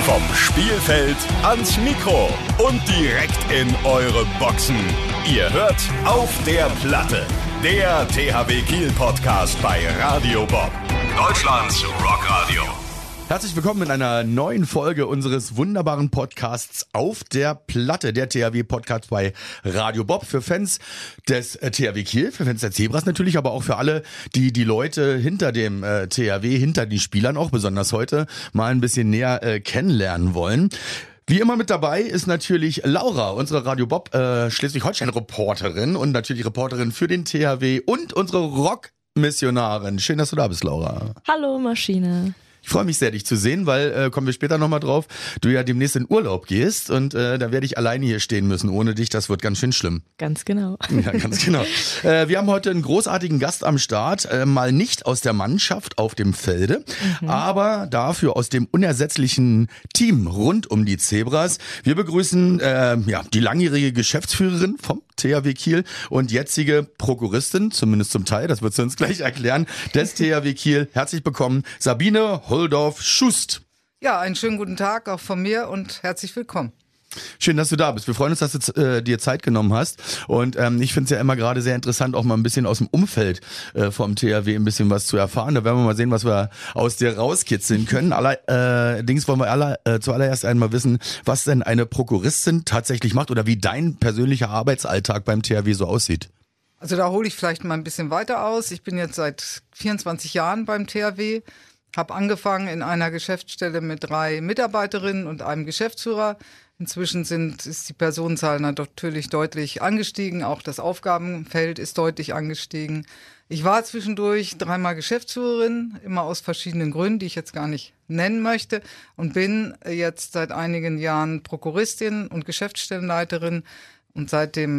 Vom Spielfeld ans Mikro und direkt in eure Boxen. Ihr hört Auf der Platte, der THW Kiel Podcast bei Radio Bob, Deutschlands Rockradio. Herzlich willkommen in einer neuen Folge unseres wunderbaren Podcasts Auf der Platte, der THW-Podcast bei Radio Bob für Fans des THW Kiel, für Fans der Zebras natürlich, aber auch für alle, die Leute hinter dem THW, hinter den Spielern auch besonders heute mal ein bisschen näher kennenlernen wollen. Wie immer mit dabei ist natürlich Laura, unsere Radio Bob Schleswig-Holstein-Reporterin und natürlich Reporterin für den THW und unsere Rock-Missionarin. Schön, dass du da bist, Laura. Hallo Maschine. Ich freue mich sehr, dich zu sehen, weil, kommen wir später nochmal drauf, du ja demnächst in Urlaub gehst und da werde ich alleine hier stehen müssen. Ohne dich, das wird ganz schön schlimm. Ganz genau. Ja, ganz genau. Wir haben heute einen großartigen Gast am Start, mal nicht aus der Mannschaft auf dem Felde, aber dafür aus dem unersetzlichen Team rund um die Zebras. Wir begrüßen die langjährige Geschäftsführerin vom THW Kiel und jetzige Prokuristin, zumindest zum Teil, das wird sie uns gleich erklären, des THW Kiel. Herzlich willkommen, Sabine Holdorf-Schust. Ja, einen schönen guten Tag auch von mir und herzlich willkommen. Schön, dass du da bist. Wir freuen uns, dass du dir Zeit genommen hast. Und ich finde es ja immer gerade sehr interessant, auch mal ein bisschen aus dem Umfeld vom THW ein bisschen was zu erfahren. Da werden wir mal sehen, was wir aus dir rauskitzeln können. Allerdings wollen wir zuallererst einmal wissen, was denn eine Prokuristin tatsächlich macht oder wie dein persönlicher Arbeitsalltag beim THW so aussieht. Also da hole ich vielleicht mal ein bisschen weiter aus. Ich bin jetzt seit 24 Jahren beim THW. Habe angefangen in einer Geschäftsstelle mit 3 Mitarbeiterinnen und einem Geschäftsführer. Inzwischen ist die Personenzahl natürlich deutlich angestiegen. Auch das Aufgabenfeld ist deutlich angestiegen. Ich war zwischendurch 3-mal Geschäftsführerin, immer aus verschiedenen Gründen, die ich jetzt gar nicht nennen möchte. Und bin jetzt seit einigen Jahren Prokuristin und Geschäftsstellenleiterin und seit dem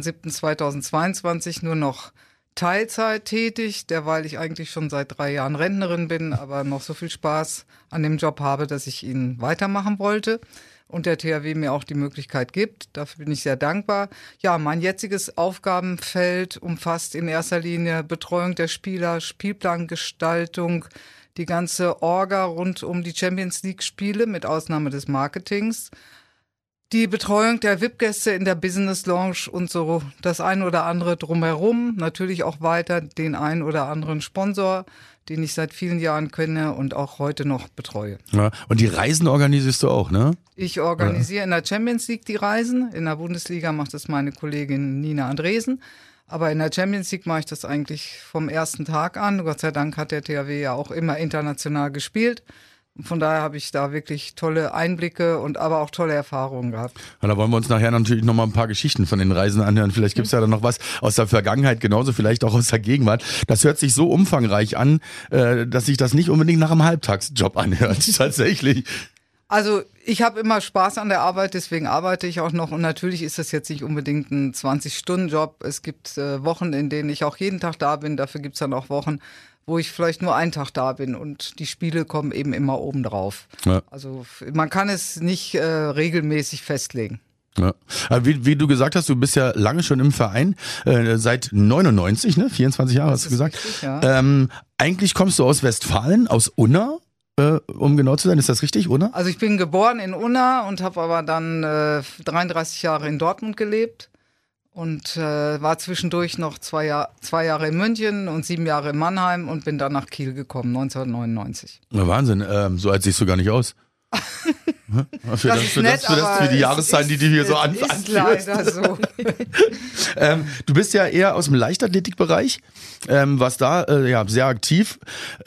1.7.2022 nur noch Teilzeit tätig, derweil ich eigentlich schon seit 3 Jahren Rentnerin bin, aber noch so viel Spaß an dem Job habe, dass ich ihn weitermachen wollte und der THW mir auch die Möglichkeit gibt. Dafür bin ich sehr dankbar. Ja, mein jetziges Aufgabenfeld umfasst in erster Linie Betreuung der Spieler, Spielplangestaltung, die ganze Orga rund um die Champions League Spiele mit Ausnahme des Marketings, die Betreuung der VIP-Gäste in der Business Lounge und so das ein oder andere drumherum. Natürlich auch weiter den ein oder anderen Sponsor, den ich seit vielen Jahren kenne und auch heute noch betreue. Ja, und die Reisen organisierst du auch, ne? Ich organisiere in der Champions League die Reisen. In der Bundesliga macht das meine Kollegin Nina Andresen. Aber in der Champions League mache ich das eigentlich vom ersten Tag an. Gott sei Dank hat der THW ja auch immer international gespielt. Von daher habe ich da wirklich tolle Einblicke und aber auch tolle Erfahrungen gehabt. Ja, da wollen wir uns nachher natürlich noch mal ein paar Geschichten von den Reisen anhören. Vielleicht gibt's ja dann noch was aus der Vergangenheit, genauso vielleicht auch aus der Gegenwart. Das hört sich so umfangreich an, dass sich das nicht unbedingt nach einem Halbtagsjob anhört, tatsächlich. Also ich habe immer Spaß an der Arbeit, deswegen arbeite ich auch noch. Und natürlich ist das jetzt nicht unbedingt ein 20-Stunden-Job. Es gibt Wochen, in denen ich auch jeden Tag da bin. Dafür gibt's dann auch Wochen, wo ich vielleicht nur einen Tag da bin und die Spiele kommen eben immer oben drauf. Ja. Also man kann es nicht regelmäßig festlegen. Ja. Wie du gesagt hast, du bist ja lange schon im Verein, seit 99, ne? 24 Jahre hast du gesagt. Richtig, ja. Eigentlich kommst du aus Westfalen, aus Unna, um genau zu sein, ist das richtig, Unna? Also ich bin geboren in Unna und habe aber dann 33 Jahre in Dortmund gelebt. Und war zwischendurch noch 2 Jahre in München und 7 Jahre in Mannheim und bin dann nach Kiel gekommen, 1999. Na Wahnsinn, so alt siehst du gar nicht aus. Für die Jahreszeiten, die du hier so anführst. Ist leider so. Du bist ja eher aus dem Leichtathletikbereich, warst da sehr aktiv.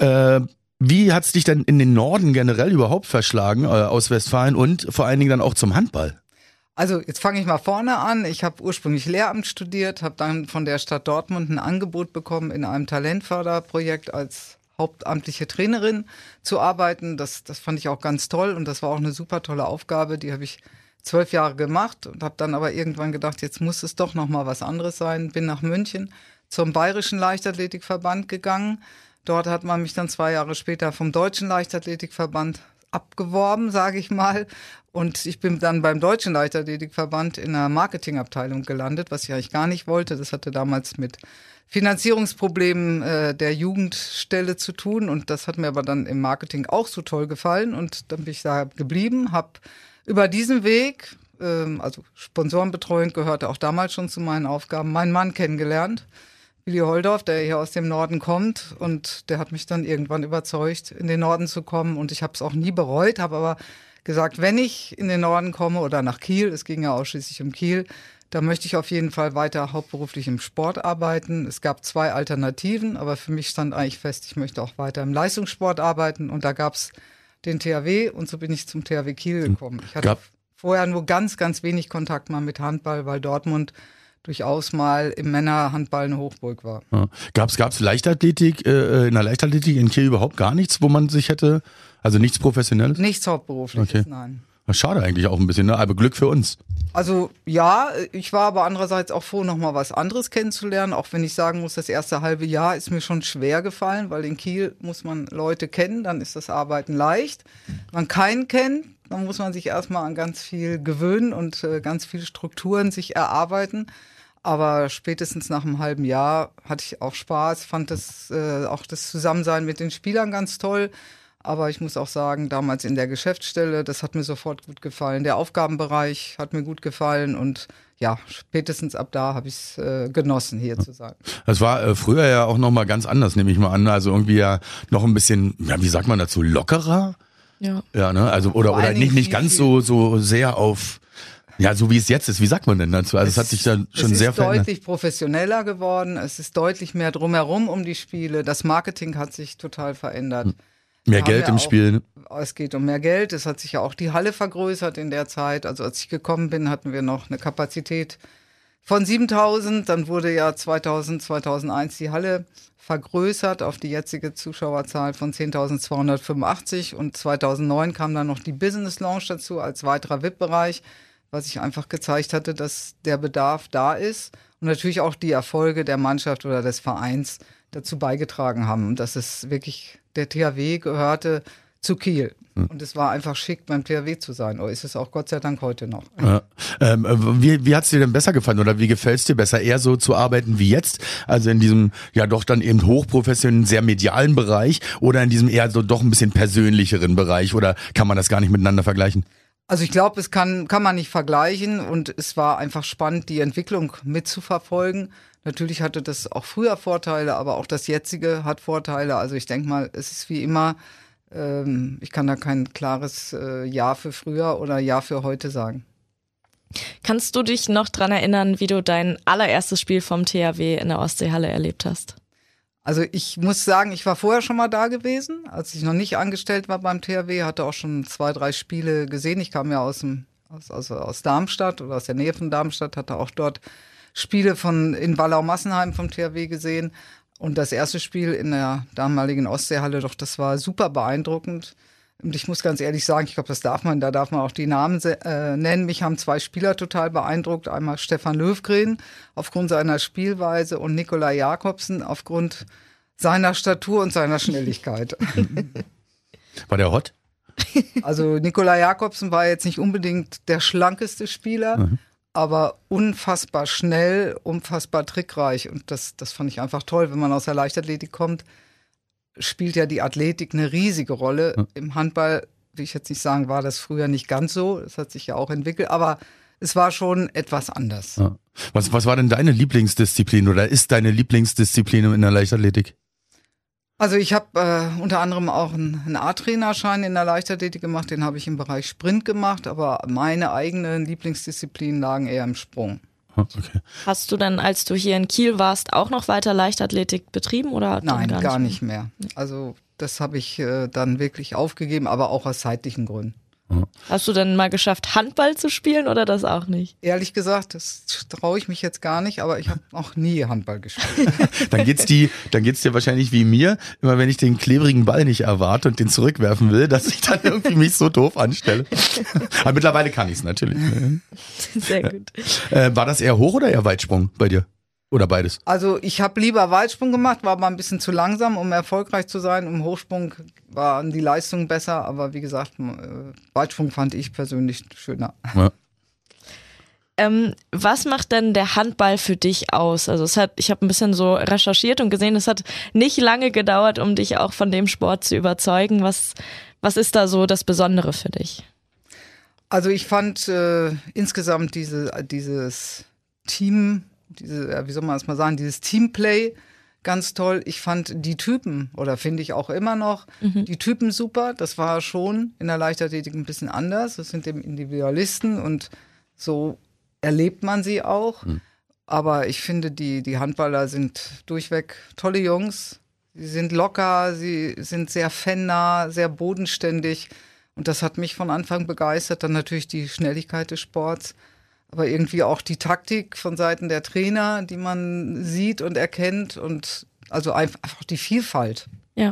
Wie hat's dich denn in den Norden generell überhaupt verschlagen, aus Westfalen und vor allen Dingen dann auch zum Handball? Also jetzt fange ich mal vorne an. Ich habe ursprünglich Lehramt studiert, habe dann von der Stadt Dortmund ein Angebot bekommen, in einem Talentförderprojekt als hauptamtliche Trainerin zu arbeiten. Das fand ich auch ganz toll und das war auch eine super tolle Aufgabe. Die habe ich 12 Jahre gemacht und habe dann aber irgendwann gedacht, jetzt muss es doch noch mal was anderes sein. Bin nach München zum Bayerischen Leichtathletikverband gegangen. Dort hat man mich dann 2 Jahre später vom Deutschen Leichtathletikverband abgeworben, sage ich mal. Und ich bin dann beim Deutschen Leichtathletikverband in der Marketingabteilung gelandet, was ich eigentlich gar nicht wollte. Das hatte damals mit Finanzierungsproblemen der Jugendstelle zu tun. Und das hat mir aber dann im Marketing auch so toll gefallen. Und dann bin ich da geblieben, habe über diesen Weg, also Sponsorenbetreuung gehörte auch damals schon zu meinen Aufgaben, meinen Mann kennengelernt. Willi Holdorf, der hier aus dem Norden kommt, und der hat mich dann irgendwann überzeugt, in den Norden zu kommen, und ich habe es auch nie bereut, habe aber gesagt, wenn ich in den Norden komme oder nach Kiel, es ging ja ausschließlich um Kiel, da möchte ich auf jeden Fall weiter hauptberuflich im Sport arbeiten. Es gab 2 Alternativen, aber für mich stand eigentlich fest, ich möchte auch weiter im Leistungssport arbeiten, und da gab es den THW, und so bin ich zum THW Kiel gekommen. Ich hatte vorher nur ganz, ganz wenig Kontakt mal mit Handball, weil Dortmund durchaus mal im Männerhandball eine Hochburg war. Ja. Gab's Leichtathletik, in der Leichtathletik in Kiel überhaupt gar nichts, wo man sich hätte, also nichts Professionelles? Nichts Hauptberufliches, nein. Schade eigentlich auch ein bisschen, ne? Aber Glück für uns. Also ja, ich war aber andererseits auch froh, nochmal was anderes kennenzulernen, auch wenn ich sagen muss, das erste halbe Jahr ist mir schon schwer gefallen, weil in Kiel muss man Leute kennen, dann ist das Arbeiten leicht. Wenn man keinen kennt, dann muss man sich erstmal an ganz viel gewöhnen und ganz viele Strukturen sich erarbeiten. Aber spätestens nach einem halben Jahr hatte ich auch Spaß, fand das auch das Zusammensein mit den Spielern ganz toll. Aber ich muss auch sagen, damals in der Geschäftsstelle, das hat mir sofort gut gefallen. Der Aufgabenbereich hat mir gut gefallen, und ja, spätestens ab da habe ich es genossen, hier zu sein. Das war früher ja auch nochmal ganz anders, nehme ich mal an. Also irgendwie ja noch ein bisschen, ja, wie sagt man dazu, lockerer? Ja. Ja, ne? Also oder nicht ganz so sehr auf, ja, so wie es jetzt ist. Wie sagt man denn dazu? Also es hat sich da schon sehr verändert. Es ist deutlich professioneller geworden. Es ist deutlich mehr drumherum um die Spiele. Das Marketing hat sich total verändert. Mehr Geld im Spiel. Es geht um mehr Geld. Es hat sich ja auch die Halle vergrößert in der Zeit. Also als ich gekommen bin, hatten wir noch eine Kapazität von 7.000. Dann wurde ja 2001 die Halle vergrößert auf die jetzige Zuschauerzahl von 10.285. Und 2009 kam dann noch die Business Lounge dazu als weiterer VIP-Bereich, was sich einfach gezeigt hatte, dass der Bedarf da ist. Und natürlich auch die Erfolge der Mannschaft oder des Vereins dazu beigetragen haben. Und dass es wirklich, der THW gehörte zu Kiel. Und es war einfach schick, beim THW zu sein. Oder ist es auch Gott sei Dank heute noch. Ja. Wie hat es dir denn besser gefallen oder wie gefällt es dir besser? Eher so zu arbeiten wie jetzt, also in diesem ja doch dann eben hochprofessionellen, sehr medialen Bereich, oder in diesem eher so doch ein bisschen persönlicheren Bereich, oder kann man das gar nicht miteinander vergleichen? Also ich glaube, es kann man nicht vergleichen, und es war einfach spannend, die Entwicklung mitzuverfolgen. Natürlich hatte das auch früher Vorteile, aber auch das jetzige hat Vorteile. Also ich denke mal, es ist wie immer, ich kann da kein klares Ja für früher oder Ja für heute sagen. Kannst du dich noch dran erinnern, wie du dein allererstes Spiel vom THW in der Ostseehalle erlebt hast? Also ich muss sagen, ich war vorher schon mal da gewesen, als ich noch nicht angestellt war beim THW, hatte auch schon 2, 3 Spiele gesehen. Ich kam ja aus Darmstadt oder aus der Nähe von Darmstadt, hatte auch dort Spiele in Wallau-Massenheim vom THW gesehen. Und das erste Spiel in der damaligen Ostseehalle, doch das war super beeindruckend. Und ich muss ganz ehrlich sagen, ich glaube, da darf man auch die Namen nennen. Mich haben 2 Spieler total beeindruckt. Einmal Stefan Löfgren aufgrund seiner Spielweise und Nikolai Jakobsen aufgrund seiner Statur und seiner Schnelligkeit. War der hot? Also Nikolai Jakobsen war jetzt nicht unbedingt der schlankeste Spieler, aber unfassbar schnell, unfassbar trickreich. Und das fand ich einfach toll, wenn man aus der Leichtathletik kommt. Spielt ja die Athletik eine riesige Rolle. Ja. Im Handball, will ich jetzt nicht sagen, war das früher nicht ganz so. Das hat sich ja auch entwickelt, aber es war schon etwas anders. Ja. Was war denn deine Lieblingsdisziplin oder ist deine Lieblingsdisziplin in der Leichtathletik? Also ich habe unter anderem auch einen A-Trainerschein in der Leichtathletik gemacht. Den habe ich im Bereich Sprint gemacht, aber meine eigenen Lieblingsdisziplinen lagen eher im Sprung. Okay. Hast du dann, als du hier in Kiel warst, auch noch weiter Leichtathletik betrieben? Oder Nein, gar nicht mehr. Also das habe ich dann wirklich aufgegeben, aber auch aus zeitlichen Gründen. Hast du dann mal geschafft, Handball zu spielen oder das auch nicht? Ehrlich gesagt, das traue ich mich jetzt gar nicht, aber ich habe noch nie Handball gespielt. Dann geht's dir wahrscheinlich wie mir, immer wenn ich den klebrigen Ball nicht erwarte und den zurückwerfen will, dass ich dann irgendwie mich so doof anstelle. Aber mittlerweile kann ich es natürlich. Sehr gut. War das eher Hoch- oder eher Weitsprung bei dir? Oder beides? Also ich habe lieber Weitsprung gemacht, war aber ein bisschen zu langsam, um erfolgreich zu sein. Im Hochsprung waren die Leistungen besser, aber wie gesagt, Weitsprung fand ich persönlich schöner. Ja. Was macht denn der Handball für dich aus? Also ich habe ein bisschen so recherchiert und gesehen, es hat nicht lange gedauert, um dich auch von dem Sport zu überzeugen. Was ist da so das Besondere für dich? Also ich fand insgesamt dieses Team, wie soll man das mal sagen, dieses Teamplay ganz toll. Ich fand die Typen, oder finde ich auch immer noch, die Typen super. Das war schon in der Leichtathletik ein bisschen anders. Das sind eben Individualisten und so erlebt man sie auch. Aber ich finde, die Handballer sind durchweg tolle Jungs. Sie sind locker, sie sind sehr fannah, sehr bodenständig. Und das hat mich von Anfang begeistert. Dann natürlich die Schnelligkeit des Sports, aber irgendwie auch die Taktik von Seiten der Trainer, die man sieht und erkennt. Und also einfach die Vielfalt. Ja.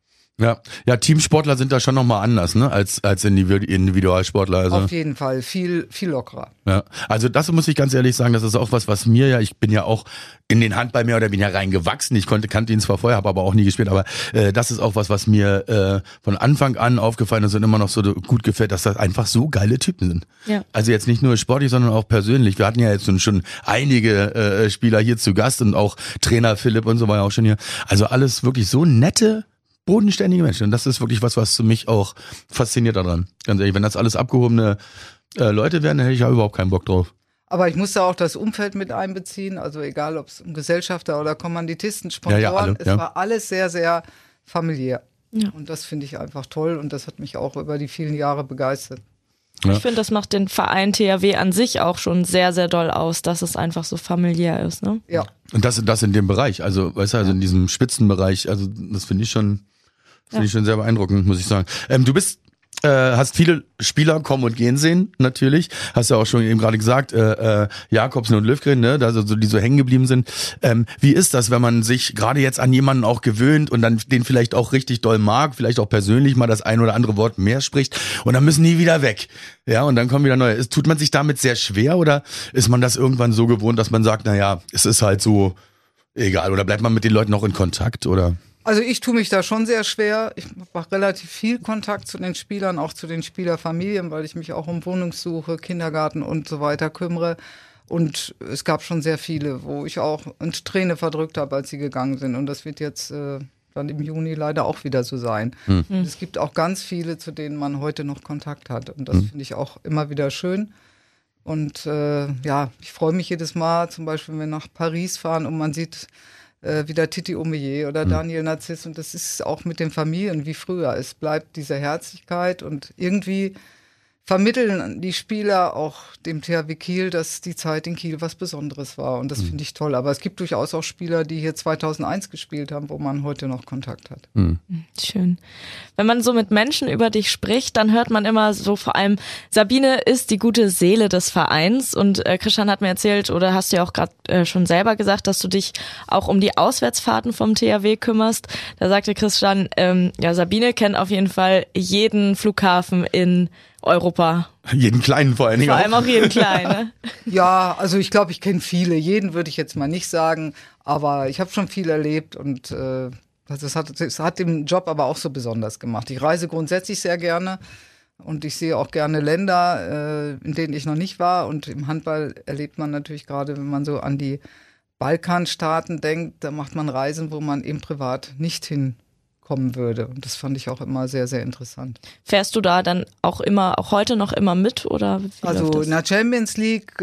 Ja, Teamsportler sind da schon nochmal anders, ne, als Individualsportler. Also. Auf jeden Fall, viel lockerer. Ja, also das muss ich ganz ehrlich sagen, das ist auch was mir ich bin ja auch in den Handball mehr oder weniger reingewachsen. Ich kannte ihn zwar vorher, habe aber auch nie gespielt, aber das ist auch was mir von Anfang an aufgefallen ist und immer noch so gut gefällt, dass das einfach so geile Typen sind. Ja. Also jetzt nicht nur sportlich, sondern auch persönlich. Wir hatten ja jetzt schon einige Spieler hier zu Gast und auch Trainer Philipp und so war ja auch schon hier. Also alles wirklich so nette, bodenständige Menschen. Und das ist wirklich was mich auch fasziniert daran. Ganz ehrlich, wenn das alles abgehobene Leute wären, dann hätte ich ja überhaupt keinen Bock drauf. Aber ich musste auch das Umfeld mit einbeziehen, also egal, ob es um Gesellschafter oder Kommanditisten, Sponsoren, es war alles sehr, sehr familiär. Ja. Und das finde ich einfach toll und das hat mich auch über die vielen Jahre begeistert. Ja. Ich finde, das macht den Verein THW an sich auch schon sehr, sehr doll aus, dass es einfach so familiär ist. Ne? Ja. Und das in dem Bereich, also weißt du, also in diesem Spitzenbereich, also das finde ich schon sehr beeindruckend, muss ich sagen. Du hast viele Spieler kommen und gehen sehen, natürlich. Hast ja auch schon eben gerade gesagt, Jakobsen und Löfgren, ne, also die so hängen geblieben sind. Wie ist das, wenn man sich gerade jetzt an jemanden auch gewöhnt und dann den vielleicht auch richtig doll mag, vielleicht auch persönlich mal das ein oder andere Wort mehr spricht und dann müssen die wieder weg. Ja, und dann kommen wieder neue. Tut man sich damit sehr schwer oder ist man das irgendwann so gewohnt, dass man sagt, naja, es ist halt so egal, oder bleibt man mit den Leuten noch in Kontakt, oder? Also ich tue mich da schon sehr schwer. Ich mache relativ viel Kontakt zu den Spielern, auch zu den Spielerfamilien, weil ich mich auch um Wohnungssuche, Kindergarten und so weiter kümmere. Und es gab schon sehr viele, wo ich auch eine Träne verdrückt habe, als sie gegangen sind. Und das wird jetzt dann im Juni leider auch wieder so sein. Es gibt auch ganz viele, zu denen man heute noch Kontakt hat. Und das finde ich auch immer wieder schön. Und ich freue mich jedes Mal, zum Beispiel, wenn wir nach Paris fahren und man sieht wieder Titi Omeyer oder Daniel Narziss und das ist auch mit den Familien wie früher. Es bleibt diese Herzlichkeit und irgendwie vermitteln die Spieler auch dem THW Kiel, dass die Zeit in Kiel was Besonderes war und das finde ich toll. Aber es gibt durchaus auch Spieler, die hier 2001 gespielt haben, wo man heute noch Kontakt hat. Schön. Wenn man so mit Menschen über dich spricht, dann hört man immer so vor allem, Sabine ist die gute Seele des Vereins und Christian hat mir erzählt oder hast du ja auch gerade schon selber gesagt, dass du dich auch um die Auswärtsfahrten vom THW kümmerst. Da sagte Christian, Sabine kennt auf jeden Fall jeden Flughafen in Europa. Jeden kleinen vor allen Dingen. Vor allem auch jeden kleinen. Ne? Ja, also ich glaube, ich kenne viele. Jeden würde ich jetzt mal nicht sagen, aber ich habe schon viel erlebt und das hat den Job aber auch so besonders gemacht. Ich reise grundsätzlich sehr gerne und ich sehe auch gerne Länder, in denen ich noch nicht war. Und im Handball erlebt man natürlich gerade, wenn man so an die Balkanstaaten denkt, da macht man Reisen, wo man eben privat nicht hinkommen würde. Und das fand ich auch immer sehr, sehr interessant. Fährst du da dann auch heute noch immer mit? Oder wie also läuft das? In der Champions League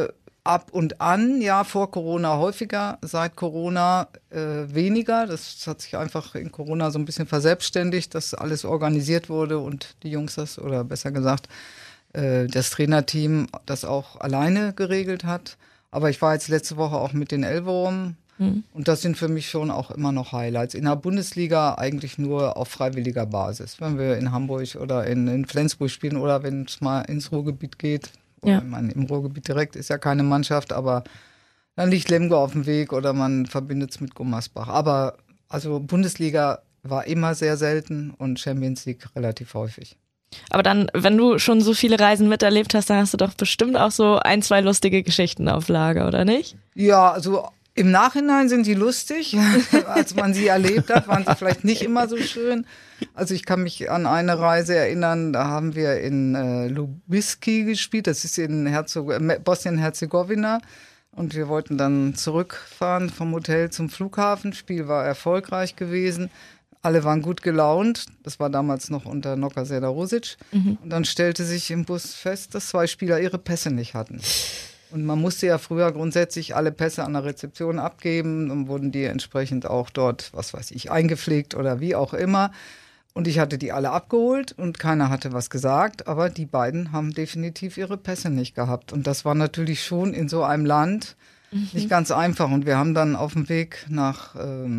ab und an, ja, vor Corona häufiger, seit Corona weniger. Das hat sich einfach in Corona so ein bisschen verselbstständigt, dass alles organisiert wurde und die Jungs das, oder besser gesagt, das Trainerteam das auch alleine geregelt hat. Aber ich war jetzt letzte Woche auch mit den Elverum und das sind für mich schon auch immer noch Highlights. In der Bundesliga eigentlich nur auf freiwilliger Basis. Wenn wir in Hamburg oder in Flensburg spielen oder wenn es mal ins Ruhrgebiet geht. Ja. Man, im Ruhrgebiet direkt ist ja keine Mannschaft, aber dann liegt Lemgo auf dem Weg oder man verbindet es mit Gummersbach. Aber also Bundesliga war immer sehr selten und Champions League relativ häufig. Aber dann, wenn du schon so viele Reisen miterlebt hast, dann hast du doch bestimmt auch so 1, 2 lustige Geschichten auf Lager, oder nicht? Ja, also Im Nachhinein sind die lustig. Als man sie erlebt hat, waren sie vielleicht nicht immer so schön. Also ich kann mich an eine Reise erinnern, da haben wir in Ljubuški gespielt, das ist in Bosnien-Herzegowina. Und wir wollten dann zurückfahren vom Hotel zum Flughafen. Spiel war erfolgreich gewesen. Alle waren gut gelaunt. Das war damals noch unter Noka Selarusic. Und dann stellte sich im Bus fest, dass 2 Spieler ihre Pässe nicht hatten. Und man musste ja früher grundsätzlich alle Pässe an der Rezeption abgeben. Dann wurden die entsprechend auch dort, was weiß ich, eingepflegt oder wie auch immer. Und ich hatte die alle abgeholt und keiner hatte was gesagt. Aber die beiden haben definitiv ihre Pässe nicht gehabt. Und das war natürlich schon in so einem Land nicht ganz einfach. Und wir haben dann auf dem Weg nach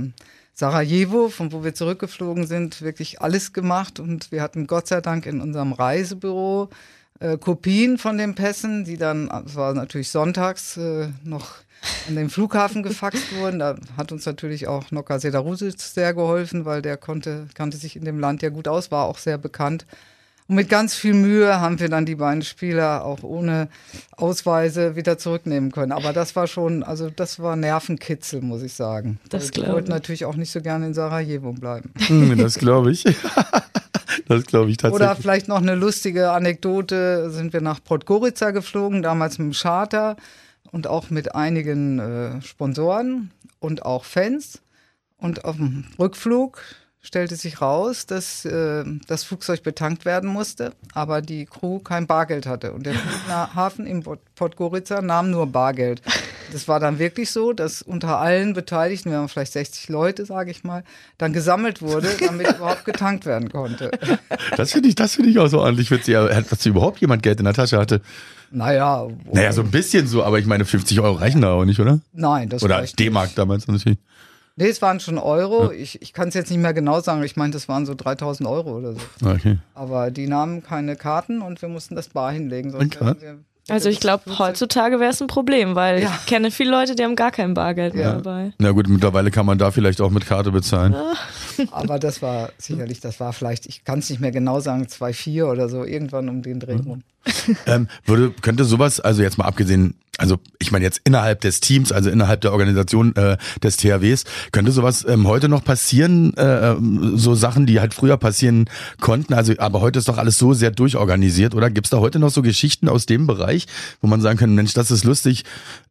Sarajevo, von wo wir zurückgeflogen sind, wirklich alles gemacht. Und wir hatten Gott sei Dank in unserem Reisebüro Kopien von den Pässen, die dann, es war natürlich sonntags, noch an den Flughafen gefaxt wurden. Da hat uns natürlich auch Noka Selarusic sehr geholfen, weil der kannte sich in dem Land ja gut aus, war auch sehr bekannt. Und mit ganz viel Mühe haben wir dann die beiden Spieler auch ohne Ausweise wieder zurücknehmen können. Aber das war schon, also das war Nervenkitzel, muss ich sagen. Das glaube ich. Die wollten natürlich auch nicht so gerne in Sarajevo bleiben. Das glaube ich. Das glaube ich tatsächlich. Oder vielleicht noch eine lustige Anekdote, sind wir nach Podgorica geflogen, damals mit dem Charter und auch mit einigen Sponsoren und auch Fans. Und auf dem Rückflug stellte sich raus, dass das Flugzeug betankt werden musste, aber die Crew kein Bargeld hatte. Und der Flughafen in Podgorica nahm nur Bargeld. Das war dann wirklich so, dass unter allen Beteiligten, wir haben vielleicht 60 Leute, sage ich mal, dann gesammelt wurde, damit überhaupt getankt werden konnte. Das finde ich auch so ordentlich witzig. Dass überhaupt jemand Geld in der Tasche hatte. Naja, so ein bisschen so, aber ich meine, 50 € reichen da auch nicht, oder? Nein, das oder reicht D-Mark nicht. Damals natürlich. Nee, es waren schon Euro. Ja. Ich kann es jetzt nicht mehr genau sagen. Ich meine, das waren so 3.000 € oder so. Okay. Aber die nahmen keine Karten und wir mussten das bar hinlegen. Sonst also ich glaube, heutzutage wäre es ein Problem, weil ich kenne viele Leute, die haben gar kein Bargeld mehr dabei. Na gut, mittlerweile kann man da vielleicht auch mit Karte bezahlen. Aber das war sicherlich, vielleicht, ich kann es nicht mehr genau sagen, 2,4 oder so, irgendwann um den Dreh rum. Könnte sowas, also jetzt mal abgesehen, also ich meine jetzt innerhalb des Teams, also innerhalb der Organisation des THWs, könnte sowas heute noch passieren, so Sachen, die halt früher passieren konnten, also aber heute ist doch alles so sehr durchorganisiert, oder? Gibt's da heute noch so Geschichten aus dem Bereich, wo man sagen kann, Mensch, das ist lustig,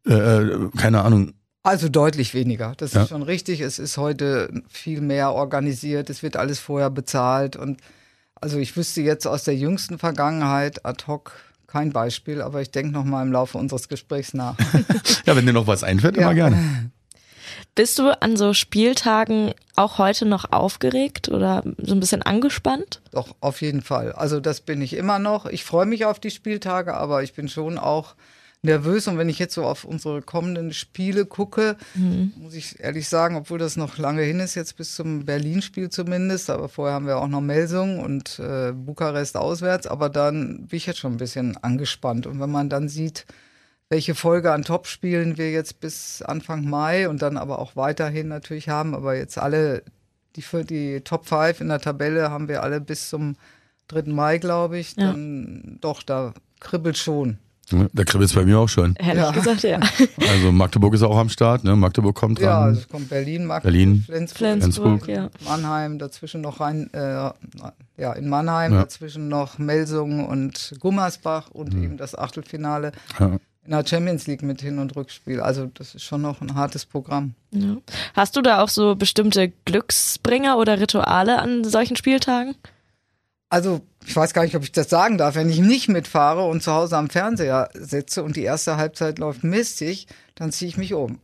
keine Ahnung. Also deutlich weniger, das ist schon richtig, es ist heute viel mehr organisiert, es wird alles vorher bezahlt und also ich wüsste jetzt aus der jüngsten Vergangenheit ad hoc kein Beispiel, aber ich denke noch mal im Laufe unseres Gesprächs nach. Ja, wenn dir noch was einfällt, immer gerne. Bist du an so Spieltagen auch heute noch aufgeregt oder so ein bisschen angespannt? Doch, auf jeden Fall. Also das bin ich immer noch. Ich freue mich auf die Spieltage, aber ich bin schon auch nervös. Und wenn ich jetzt so auf unsere kommenden Spiele gucke, muss ich ehrlich sagen, obwohl das noch lange hin ist, jetzt bis zum Berlin-Spiel zumindest, aber vorher haben wir auch noch Melsung und Bukarest auswärts, aber dann bin ich jetzt schon ein bisschen angespannt. Und wenn man dann sieht, welche Folge an Topspielen wir jetzt bis Anfang Mai und dann aber auch weiterhin natürlich haben, aber jetzt alle, die Top 5 in der Tabelle haben wir alle bis zum 3. Mai, glaube ich, dann doch, da kribbelt schon. Da kribbelt es bei mir auch schon. Ehrlich gesagt, ja. Also Magdeburg ist auch am Start, ne? Magdeburg kommt dran. Ja, also es kommt Berlin, Magdeburg, Flensburg, ja. Mannheim, dazwischen noch in Mannheim, dazwischen noch Melsungen und Gummersbach und eben das Achtelfinale in der Champions League mit Hin- und Rückspiel. Also das ist schon noch ein hartes Programm. Ja. Hast du da auch so bestimmte Glücksbringer oder Rituale an solchen Spieltagen? Also ich weiß gar nicht, ob ich das sagen darf. Wenn ich nicht mitfahre und zu Hause am Fernseher sitze und die erste Halbzeit läuft mistig, dann ziehe ich mich um.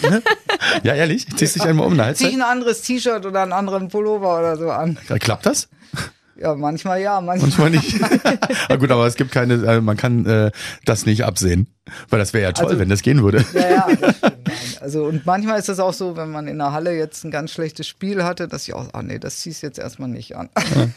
Ja, ehrlich? Ziehst dich einmal um eine Halbzeit? Zieh ich ein anderes T-Shirt oder einen anderen Pullover oder so an. Klappt das? Ja, manchmal ja, manchmal nicht. Aber gut, aber es gibt man kann das nicht absehen. Weil das wäre ja toll, wenn das gehen würde. Ja, das stimmt. Also und manchmal ist es auch so, wenn man in der Halle jetzt ein ganz schlechtes Spiel hatte, dass ich auch, das ziehst jetzt erstmal nicht an.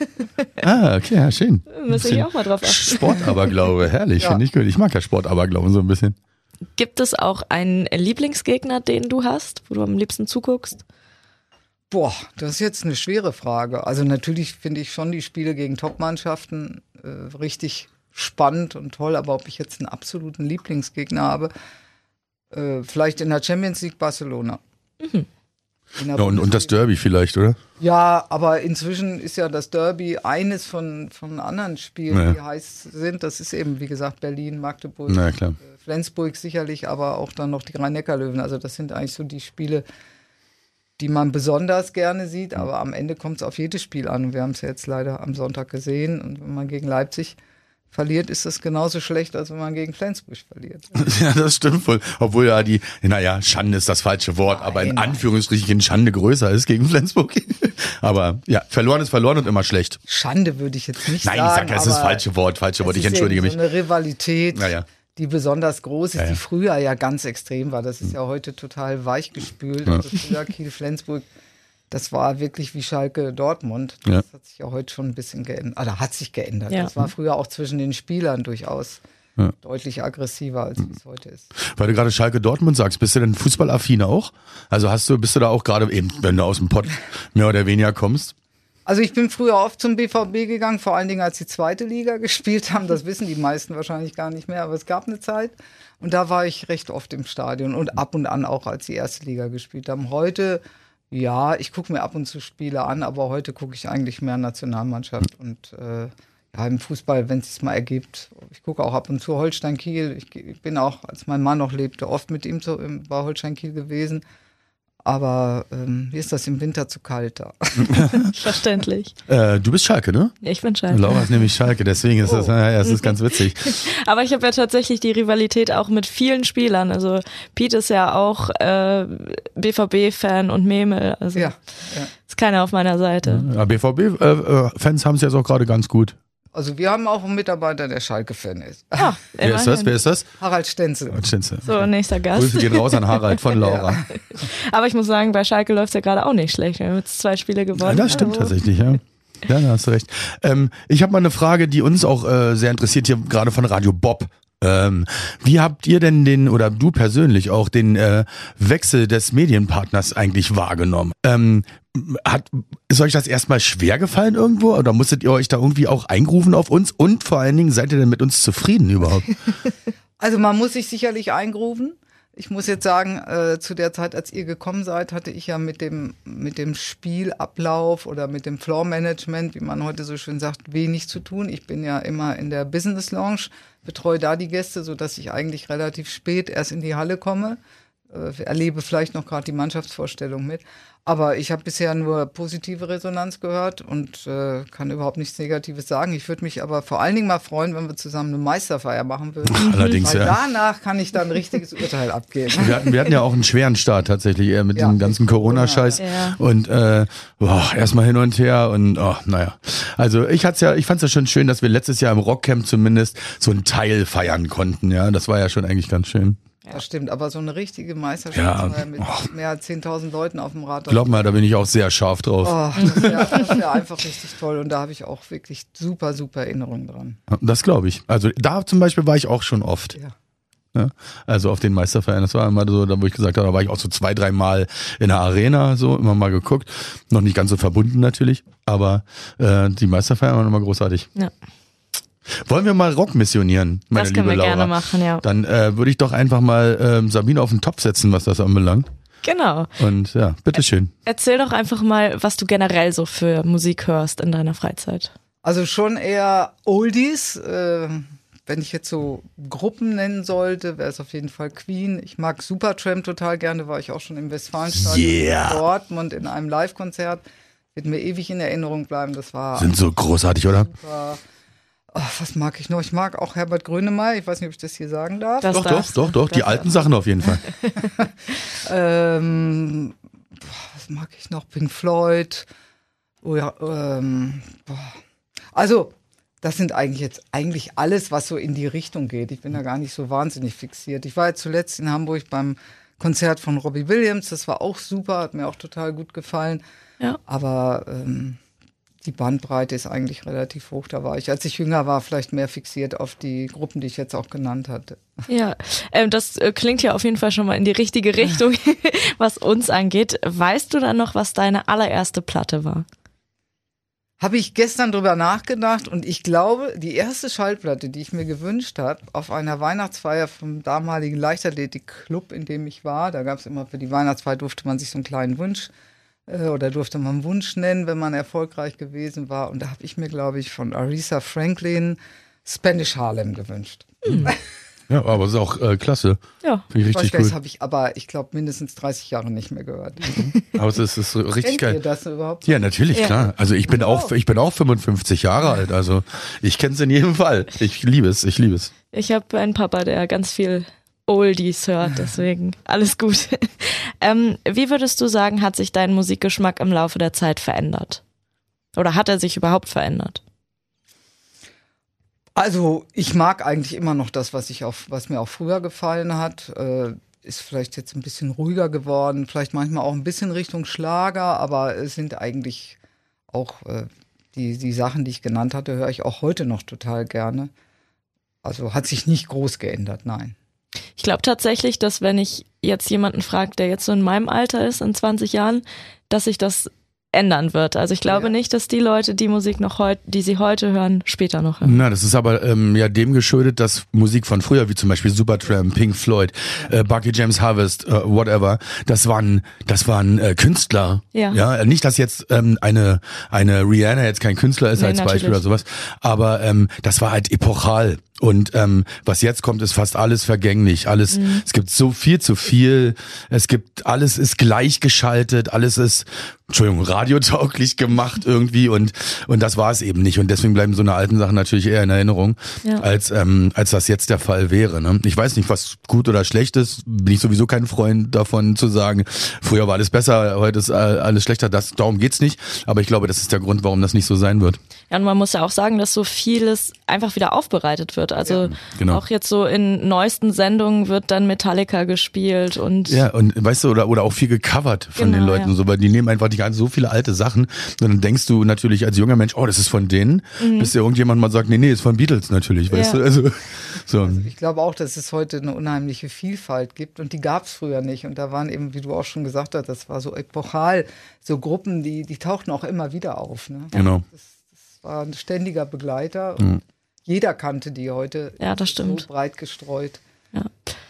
Okay, ja, schön. Müsste ich auch mal drauf achten. Sportaberglaube, herrlich, finde ich gut. Ich mag ja Sportaberglaube so ein bisschen. Gibt es auch einen Lieblingsgegner, den du hast, wo du am liebsten zuguckst? Boah, das ist jetzt eine schwere Frage. Also natürlich finde ich schon die Spiele gegen Top-Mannschaften richtig spannend und toll, aber ob ich jetzt einen absoluten Lieblingsgegner habe, Vielleicht in der Champions League Barcelona. Ja, und das Derby vielleicht, oder? Ja, aber inzwischen ist ja das Derby eines von anderen Spielen, die heiß sind. Das ist eben, wie gesagt, Berlin, Magdeburg, Flensburg sicherlich, aber auch dann noch die Rhein-Neckar-Löwen. Also das sind eigentlich so die Spiele, die man besonders gerne sieht. Aber am Ende kommt es auf jedes Spiel an. Und wir haben es ja jetzt leider am Sonntag gesehen. Und wenn man gegen Leipzig verliert, ist das genauso schlecht, als wenn man gegen Flensburg verliert. Ja, das stimmt wohl. Obwohl ja Schande ist das falsche Wort, aber in Anführungsstrichen Schande größer ist gegen Flensburg. Aber ja, verloren ist verloren und immer schlecht. Schande würde ich jetzt nicht sagen. Nein, ich sage, es ist das falsche Wort, ich entschuldige mich. So eine Rivalität, die besonders groß ist, die früher ja ganz extrem war. Das ist ja heute total weichgespült. Also früher Kiel-Flensburg, das war wirklich wie Schalke-Dortmund. Das hat sich ja heute schon ein bisschen geändert. Oder hat sich geändert. Ja. Das war früher auch zwischen den Spielern durchaus deutlich aggressiver, als es heute ist. Weil du gerade Schalke-Dortmund sagst, bist du denn fußballaffin auch? Also bist du da auch gerade eben, wenn du aus dem Pott mehr oder weniger kommst? Also ich bin früher oft zum BVB gegangen, vor allen Dingen als die zweite Liga gespielt haben. Das wissen die meisten wahrscheinlich gar nicht mehr, aber es gab eine Zeit. Und da war ich recht oft im Stadion und ab und an auch, als die erste Liga gespielt haben. Heute... Ja, ich gucke mir ab und zu Spiele an, aber heute gucke ich eigentlich mehr Nationalmannschaft und im Fußball, wenn es sich mal ergibt. Ich gucke auch ab und zu Holstein Kiel. Ich bin auch, als mein Mann noch lebte, oft mit ihm bei Holstein Kiel gewesen. Aber mir ist das im Winter zu kalt da. Verständlich. Du bist Schalke, ne? Ich bin Schalke. Laura ist nämlich Schalke, deswegen ist das ist ganz witzig. Aber ich habe ja tatsächlich die Rivalität auch mit vielen Spielern. Also Piet ist ja auch BVB-Fan und Memel. Also ist keiner auf meiner Seite. Ja, BVB-Fans haben es jetzt auch gerade ganz gut. Also wir haben auch einen Mitarbeiter, der Schalke-Fan ist. Ah, Wer ist das? Harald Stenzel. So, nächster Gast. Grüße gehen raus an Harald von Laura. Ja. Aber ich muss sagen, bei Schalke läuft es ja gerade auch nicht schlecht. Wir haben jetzt 2 Spiele gewonnen. Ja, das stimmt tatsächlich, ja. Ja, da hast du recht. Ich habe mal eine Frage, die uns auch sehr interessiert, hier gerade von Radio Bob. Wie habt ihr denn oder du persönlich auch den Wechsel des Medienpartners eigentlich wahrgenommen? Ist euch das erstmal schwer gefallen irgendwo oder musstet ihr euch da irgendwie auch eingrufen auf uns und vor allen Dingen seid ihr denn mit uns zufrieden überhaupt? Also man muss sich sicherlich eingrufen. Ich muss jetzt sagen, zu der Zeit, als ihr gekommen seid, hatte ich ja mit dem Spielablauf oder mit dem Floor-Management, wie man heute so schön sagt, wenig zu tun. Ich bin ja immer in der Business Lounge, betreue da die Gäste, sodass ich eigentlich relativ spät erst in die Halle komme. Erlebe vielleicht noch gerade die Mannschaftsvorstellung mit. Aber ich habe bisher nur positive Resonanz gehört und kann überhaupt nichts Negatives sagen. Ich würde mich aber vor allen Dingen mal freuen, wenn wir zusammen eine Meisterfeier machen würden. Allerdings, weil danach kann ich dann ein richtiges Urteil abgeben. Wir hatten ja auch einen schweren Start tatsächlich, eher mit dem ganzen Corona-Scheiß. Ja. Und erstmal hin und her und Also ich fand's ja schon schön, dass wir letztes Jahr im Rockcamp zumindest so einen Teil feiern konnten. Ja, das war ja schon eigentlich ganz schön. Das stimmt, aber so eine richtige Meisterschaftsfeier mit mehr als 10.000 Leuten auf dem Rad. Glaub mal, da bin ich auch sehr scharf drauf. Das wär einfach richtig toll und da habe ich auch wirklich super, super Erinnerungen dran. Das glaube ich. Also da zum Beispiel war ich auch schon oft. Ja, also auf den Meisterfeiern, das war immer so, da wo ich gesagt habe, da war ich auch so 2-3 Mal in der Arena, so immer mal geguckt. Noch nicht ganz so verbunden natürlich, aber die Meisterfeiern waren immer großartig. Ja. Wollen wir mal Rock missionieren, meine liebe Laura? Das können wir gerne machen, ja. Dann würde ich doch einfach mal Sabine auf den Topf setzen, was das anbelangt. Genau. Und ja, bitteschön. Erzähl doch einfach mal, was du generell so für Musik hörst in deiner Freizeit. Also schon eher Oldies. Wenn ich jetzt so Gruppen nennen sollte, wäre es auf jeden Fall Queen. Ich mag Supertramp total gerne, war ich auch schon im Westfalenstadion in Dortmund in einem Live-Konzert. Wird mir ewig in Erinnerung bleiben. Das war sind so großartig, oder? Super. Was mag ich noch? Ich mag auch Herbert Grönemeyer. Ich weiß nicht, ob ich das hier sagen darf. Doch. Die alten Sachen auf jeden Fall. Was mag ich noch? Pink Floyd. Also, das sind eigentlich alles, was so in die Richtung geht. Ich bin da gar nicht so wahnsinnig fixiert. Ich war jetzt zuletzt in Hamburg beim Konzert von Robbie Williams. Das war auch super, hat mir auch total gut gefallen. Ja. Aber die Bandbreite ist eigentlich relativ hoch. Da war ich, als ich jünger war, vielleicht mehr fixiert auf die Gruppen, die ich jetzt auch genannt hatte. Ja, das klingt ja auf jeden Fall schon mal in die richtige Richtung, was uns angeht. Weißt du dann noch, was deine allererste Platte war? Habe ich gestern drüber nachgedacht und ich glaube, die erste Schallplatte, die ich mir gewünscht habe, auf einer Weihnachtsfeier vom damaligen Leichtathletik-Club, in dem ich war, da gab es immer für die Weihnachtsfeier, durfte man sich so einen kleinen Wunsch oder durfte man einen Wunsch nennen, wenn man erfolgreich gewesen war. Und da habe ich mir, glaube ich, von Aretha Franklin Spanish Harlem gewünscht. Ja, aber das ist auch klasse. Ja. Finde ich richtig cool. Das habe ich aber, ich glaube, mindestens 30 Jahre nicht mehr gehört. Aber es ist richtig Kennt geil. ihr das überhaupt? Ja, natürlich, Ja. klar. Also ich bin auch 55 Jahre alt, also ich kenne es in jedem Fall. Ich liebe es. Ich habe einen Papa, der ganz viel Oldies hört, deswegen alles gut. Wie würdest du sagen, hat sich dein Musikgeschmack im Laufe der Zeit verändert? Oder hat er sich überhaupt verändert? Also ich mag eigentlich immer noch das, was mir auch früher gefallen hat. Ist vielleicht jetzt ein bisschen ruhiger geworden, vielleicht manchmal auch ein bisschen Richtung Schlager, aber es sind eigentlich auch die Sachen, die ich genannt hatte, höre ich auch heute noch total gerne. Also hat sich nicht groß geändert, nein. Ich glaube tatsächlich, dass wenn ich jetzt jemanden frage, der jetzt so in meinem Alter ist, in 20 Jahren, dass sich das ändern wird. Also ich glaube nicht, dass die Leute die Musik die sie heute hören, später noch hören. Na, das ist aber ja dem geschuldet, dass Musik von früher, wie zum Beispiel Supertramp, Pink Floyd, Bucky James Harvest, whatever, das waren Künstler. Ja. Nicht, dass jetzt eine Rihanna jetzt kein Künstler ist als Beispiel oder sowas, aber das war halt epochal. Und was jetzt kommt, ist fast alles vergänglich. Es gibt so viel zu viel. Alles ist gleichgeschaltet, alles ist, radiotauglich gemacht irgendwie und das war es eben nicht. Und deswegen bleiben so eine alten Sachen natürlich eher in Erinnerung, als das jetzt der Fall wäre. Ne? Ich weiß nicht, was gut oder schlecht ist. Bin ich sowieso kein Freund davon zu sagen, früher war alles besser, heute ist alles schlechter. Darum geht's nicht. Aber ich glaube, das ist der Grund, warum das nicht so sein wird. Ja, und man muss ja auch sagen, dass so vieles einfach wieder aufbereitet wird. Also auch jetzt so in neuesten Sendungen wird dann Metallica gespielt und weißt du, oder auch viel gecovert von den Leuten, so, weil die nehmen einfach so viele alte Sachen und dann denkst du natürlich als junger Mensch, oh, das ist von denen, bis dir irgendjemand mal sagt, nee, ist von Beatles natürlich, weißt du, also ich glaube auch, dass es heute eine unheimliche Vielfalt gibt und die gab es früher nicht und da waren eben, wie du auch schon gesagt hast, das war so epochal, so Gruppen, die tauchten auch immer wieder auf, ne? Genau. Das war ein ständiger Begleiter und jeder kannte die heute. Ja, das stimmt. So breit gestreut. Ja.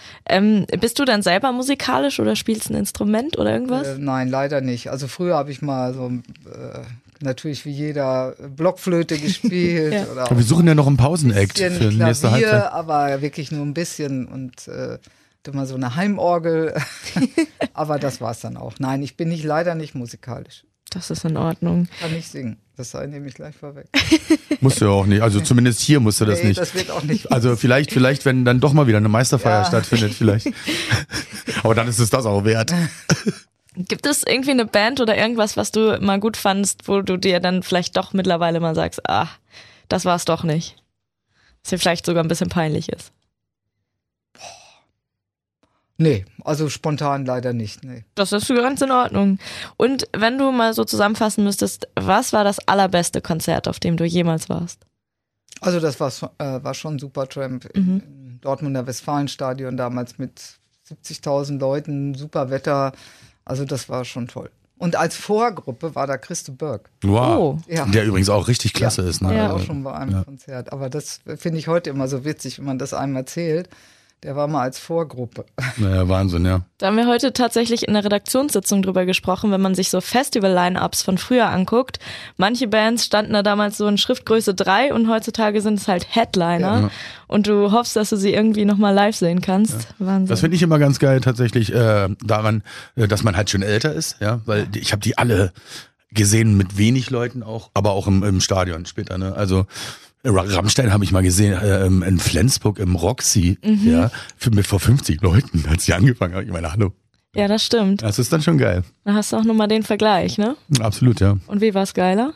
Bist du dann selber musikalisch oder spielst ein Instrument oder irgendwas? Nein, leider nicht. Also früher habe ich mal so natürlich wie jeder Blockflöte gespielt. Oder wir suchen ja noch einen Pausenakt für die nächste Halbzeit. Aber wirklich nur ein bisschen und immer so eine Heimorgel. Aber das war's dann auch. Nein, ich bin leider nicht musikalisch. Das ist in Ordnung. Kann nicht singen. Das nehme ich gleich vorweg. Musst du ja auch nicht. Also zumindest hier musst du das nicht. Das wird auch nicht. Also vielleicht, wenn dann doch mal wieder eine Meisterfeier stattfindet, vielleicht. Aber dann ist es das auch wert. Gibt es irgendwie eine Band oder irgendwas, was du mal gut fandst, wo du dir dann vielleicht doch mittlerweile mal sagst, das war's doch nicht. Was dir vielleicht sogar ein bisschen peinlich ist. Nee, also spontan leider nicht, nee. Das ist ganz in Ordnung. Und wenn du mal so zusammenfassen müsstest, was war das allerbeste Konzert, auf dem du jemals warst? Also das war schon Supertramp im Dortmunder Westfalenstadion damals mit 70.000 Leuten, super Wetter. Also das war schon toll. Und als Vorgruppe war da Christo Berg. Wow, der übrigens auch richtig klasse ist. Ne? Ja, auch schon bei einem Konzert. Aber das finde ich heute immer so witzig, wenn man das einem erzählt. Der war mal als Vorgruppe. Naja, Wahnsinn, ja. Da haben wir heute tatsächlich in der Redaktionssitzung drüber gesprochen, wenn man sich so Festival-Line-Ups von früher anguckt. Manche Bands standen da damals so in Schriftgröße 3 und heutzutage sind es halt Headliner. Ja. Und du hoffst, dass du sie irgendwie nochmal live sehen kannst. Ja. Wahnsinn. Das finde ich immer ganz geil tatsächlich daran, dass man halt schon älter ist, ja, weil ich habe die alle gesehen mit wenig Leuten auch, aber auch im Stadion später, ne? Also Rammstein habe ich mal gesehen in Flensburg im Roxy, vor 50 Leuten, als ich angefangen habe. Ich meine, hallo. Ja, das stimmt. Das ist dann schon geil. Da hast du auch nochmal den Vergleich, ne? Absolut, ja. Und wie war's geiler?